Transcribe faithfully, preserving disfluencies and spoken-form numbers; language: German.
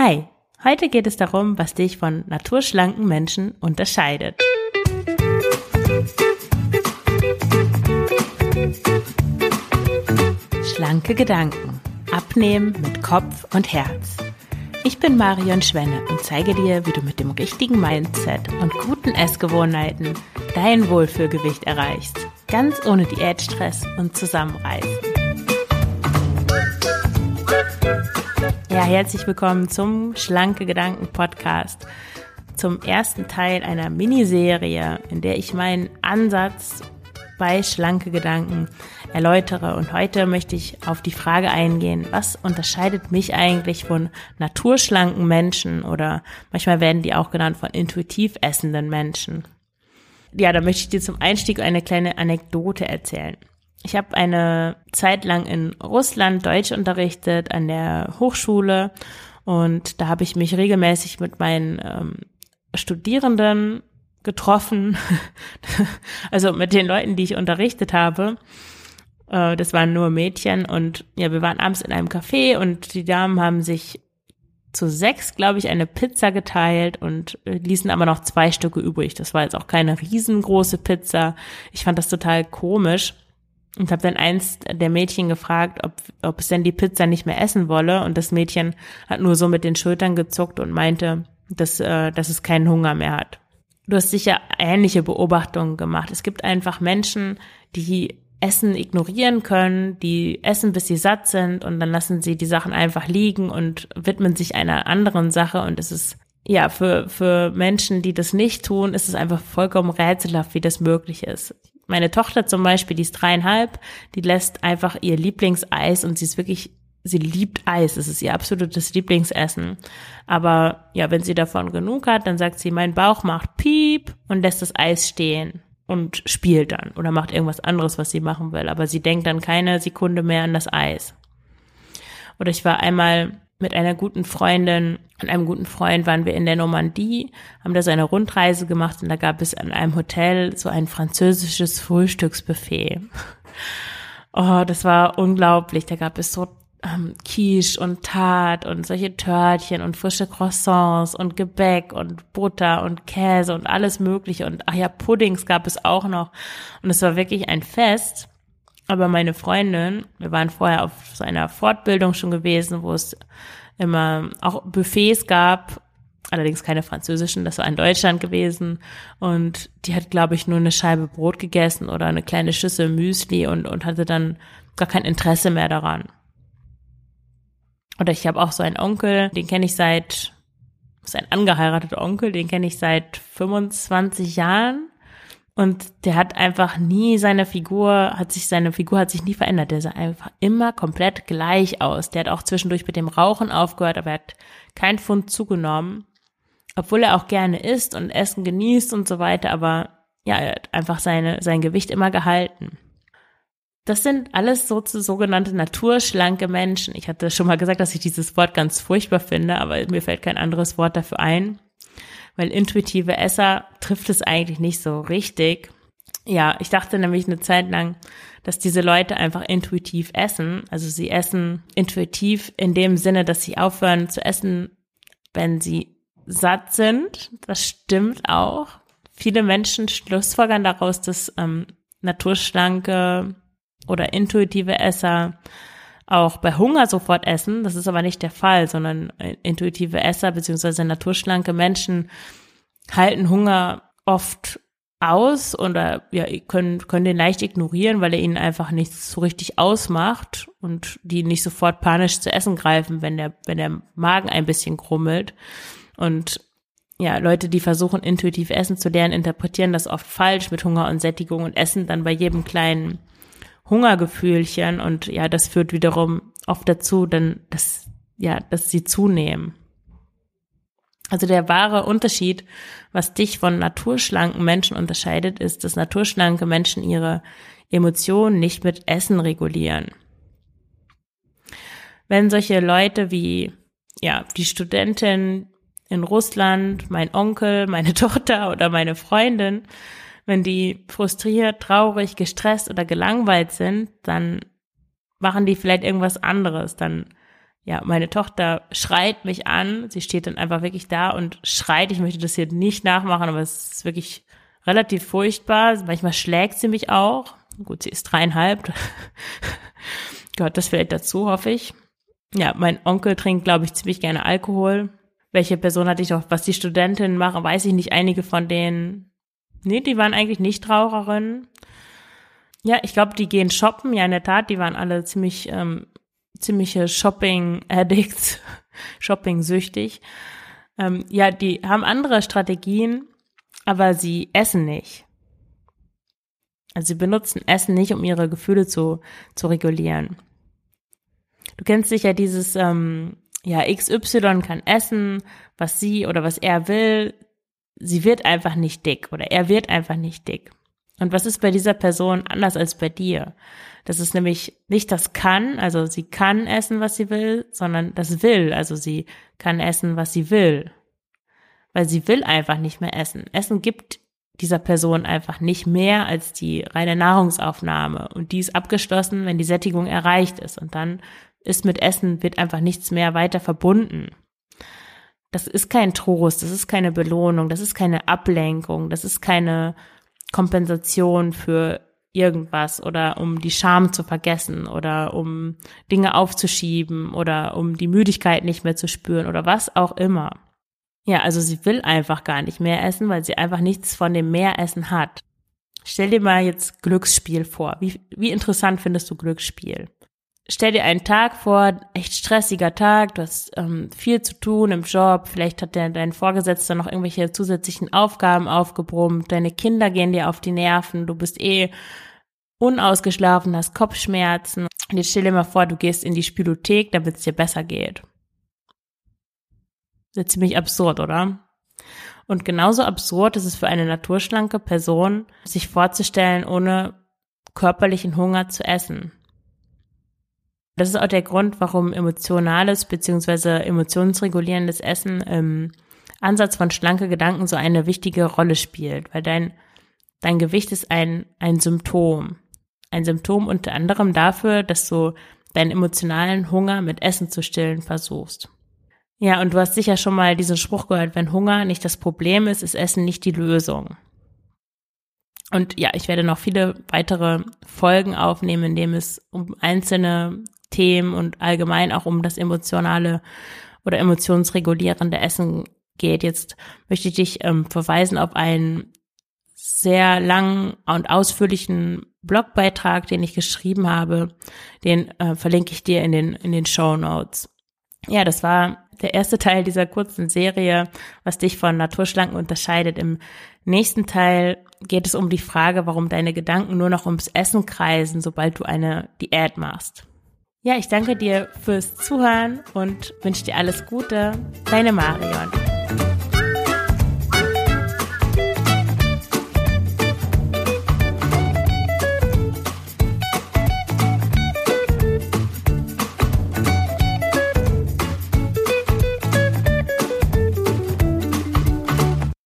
Hi, heute geht es darum, was dich von naturschlanken Menschen unterscheidet. Schlanke Gedanken. Abnehmen mit Kopf und Herz. Ich bin Marion Schwenne und zeige dir, wie du mit dem richtigen Mindset und guten Essgewohnheiten dein Wohlfühlgewicht erreichst. Ganz ohne Diätstress und Zusammenreißen. Ja, herzlich willkommen zum Schlanke Gedanken Podcast, zum ersten Teil einer Miniserie, in der ich meinen Ansatz bei Schlanke Gedanken erläutere. Und heute möchte ich auf die Frage eingehen, was unterscheidet mich eigentlich von naturschlanken Menschen oder manchmal werden die auch genannt von intuitiv essenden Menschen. Ja, da möchte ich dir zum Einstieg eine kleine Anekdote erzählen. Ich habe eine Zeit lang in Russland Deutsch unterrichtet an der Hochschule und da habe ich mich regelmäßig mit meinen ähm, Studierenden getroffen, also mit den Leuten, die ich unterrichtet habe. Äh, das waren nur Mädchen und ja, wir waren abends in einem Café und die Damen haben sich zu sechs, glaube ich, eine Pizza geteilt und ließen aber noch zwei Stücke übrig. Das war jetzt auch keine riesengroße Pizza. Ich fand das total komisch. Und habe dann eins der Mädchen gefragt, ob, ob es denn die Pizza nicht mehr essen wolle. Und das Mädchen hat nur so mit den Schultern gezuckt und meinte, dass, äh, dass es keinen Hunger mehr hat. Du hast sicher ähnliche Beobachtungen gemacht. Es gibt einfach Menschen, die Essen ignorieren können, die essen, bis sie satt sind und dann lassen sie die Sachen einfach liegen und widmen sich einer anderen Sache. Und es ist, ja, für, für Menschen, die das nicht tun, ist es einfach vollkommen rätselhaft, wie das möglich ist. Meine Tochter zum Beispiel, die ist dreieinhalb, die lässt einfach ihr Lieblingseis und sie ist wirklich, sie liebt Eis, es ist ihr absolutes Lieblingsessen. Aber ja, wenn sie davon genug hat, dann sagt sie, mein Bauch macht Piep und lässt das Eis stehen und spielt dann oder macht irgendwas anderes, was sie machen will. Aber sie denkt dann keine Sekunde mehr an das Eis. Oder ich war einmal mit einer guten Freundin und einem guten Freund waren wir in der Normandie, haben da so eine Rundreise gemacht und da gab es an einem Hotel so ein französisches Frühstücksbuffet. Oh, das war unglaublich. Da gab es so ähm, Quiche und Tart und solche Törtchen und frische Croissants und Gebäck und Butter und Käse und alles Mögliche und ach ja, Puddings gab es auch noch und es war wirklich ein Fest. Aber meine Freundin, wir waren vorher auf so einer Fortbildung schon gewesen, wo es immer auch Buffets gab, allerdings keine französischen, das war in Deutschland gewesen. Und die hat, glaube ich, nur eine Scheibe Brot gegessen oder eine kleine Schüssel Müsli und, und hatte dann gar kein Interesse mehr daran. Oder ich habe auch so einen Onkel, den kenne ich seit, das ist ein angeheirateter Onkel, den kenne ich seit fünfundzwanzig Jahren. Und der hat einfach nie seine Figur, hat sich, seine Figur hat sich nie verändert. Der sah einfach immer komplett gleich aus. Der hat auch zwischendurch mit dem Rauchen aufgehört, aber er hat keinen Pfund zugenommen. Obwohl er auch gerne isst und Essen genießt und so weiter, aber ja, er hat einfach seine, sein Gewicht immer gehalten. Das sind alles so sogenannte naturschlanke Menschen. Ich hatte schon mal gesagt, dass ich dieses Wort ganz furchtbar finde, aber mir fällt kein anderes Wort dafür ein. Weil intuitive Esser trifft es eigentlich nicht so richtig. Ja, ich dachte nämlich eine Zeit lang, dass diese Leute einfach intuitiv essen. Also sie essen intuitiv in dem Sinne, dass sie aufhören zu essen, wenn sie satt sind. Das stimmt auch. Viele Menschen schlussfolgern daraus, dass ähm, naturschlanke oder intuitive Esser auch bei Hunger sofort essen. Das ist aber nicht der Fall, sondern intuitive Esser bzw. naturschlanke Menschen halten Hunger oft aus oder ja, können, können den leicht ignorieren, weil er ihnen einfach nichts so richtig ausmacht und die nicht sofort panisch zu essen greifen, wenn der, wenn der Magen ein bisschen grummelt. Und ja, Leute, die versuchen, intuitiv Essen zu lernen, interpretieren das oft falsch mit Hunger und Sättigung und essen dann bei jedem kleinen Hungergefühlchen und ja, das führt wiederum oft dazu, dann, dass, ja, dass sie zunehmen. Also der wahre Unterschied, was dich von naturschlanken Menschen unterscheidet, ist, dass naturschlanke Menschen ihre Emotionen nicht mit Essen regulieren. Wenn solche Leute wie, ja, die Studentin in Russland, mein Onkel, meine Tochter oder meine Freundin, wenn die frustriert, traurig, gestresst oder gelangweilt sind, dann machen die vielleicht irgendwas anderes. Dann ja, meine Tochter schreit mich an. Sie steht dann einfach wirklich da und schreit. Ich möchte das hier nicht nachmachen, aber es ist wirklich relativ furchtbar. Manchmal schlägt sie mich auch. Gut, sie ist dreieinhalb. Gehört das vielleicht dazu, hoffe ich. Ja, mein Onkel trinkt, glaube ich, ziemlich gerne Alkohol. Welche Person hatte ich noch? Was die Studentinnen machen, weiß ich nicht. Einige von denen, nee, die waren eigentlich nicht Raucherinnen. Ja, ich glaube, die gehen shoppen. Ja, in der Tat, die waren alle ziemlich, ähm, ziemliche Shopping-Addicts, Shopping-süchtig. Ähm, ja, die haben andere Strategien, aber sie essen nicht. Also sie benutzen Essen nicht, um ihre Gefühle zu, zu regulieren. Du kennst sicher dieses, ähm, ja, X Y kann essen, was sie oder was er will. Sie wird einfach nicht dick oder er wird einfach nicht dick. Und was ist bei dieser Person anders als bei dir? Das ist nämlich nicht das kann, also sie kann essen, was sie will, sondern das will, also sie kann essen, was sie will. Weil sie will einfach nicht mehr essen. Essen gibt dieser Person einfach nicht mehr als die reine Nahrungsaufnahme. Und die ist abgeschlossen, wenn die Sättigung erreicht ist. Und dann ist mit Essen, wird einfach nichts mehr weiter verbunden. Das ist kein Trost, das ist keine Belohnung, das ist keine Ablenkung, das ist keine Kompensation für irgendwas oder um die Scham zu vergessen oder um Dinge aufzuschieben oder um die Müdigkeit nicht mehr zu spüren oder was auch immer. Ja, also sie will einfach gar nicht mehr essen, weil sie einfach nichts von dem Mehressen hat. Stell dir mal jetzt Glücksspiel vor. Wie, wie interessant findest du Glücksspiel? Stell dir einen Tag vor, echt stressiger Tag, du hast ähm, viel zu tun im Job, vielleicht hat der, dein Vorgesetzter noch irgendwelche zusätzlichen Aufgaben aufgebrummt, deine Kinder gehen dir auf die Nerven, du bist eh unausgeschlafen, hast Kopfschmerzen. Und jetzt stell dir mal vor, du gehst in die Spielothek, damit es dir besser geht. Das ist ziemlich absurd, oder? Und genauso absurd ist es für eine naturschlanke Person, sich vorzustellen, ohne körperlichen Hunger zu essen. Das ist auch der Grund, warum emotionales bzw. emotionsregulierendes Essen im Ansatz von schlanke Gedanken so eine wichtige Rolle spielt, weil dein, dein Gewicht ist ein, ein Symptom. Ein Symptom unter anderem dafür, dass du deinen emotionalen Hunger mit Essen zu stillen versuchst. Ja, und du hast sicher schon mal diesen Spruch gehört, wenn Hunger nicht das Problem ist, ist Essen nicht die Lösung. Und ja, ich werde noch viele weitere Folgen aufnehmen, in denen es um einzelne Themen und allgemein auch um das emotionale oder emotionsregulierende Essen geht. Jetzt möchte ich dich ähm, verweisen auf einen sehr langen und ausführlichen Blogbeitrag, den ich geschrieben habe. Den äh, verlinke ich dir in den in den Shownotes. Ja, das war der erste Teil dieser kurzen Serie, was dich von Naturschlanken unterscheidet. Im nächsten Teil geht es um die Frage, warum deine Gedanken nur noch ums Essen kreisen, sobald du eine Diät machst. Ja, ich danke dir fürs Zuhören und wünsche dir alles Gute. Deine Marion.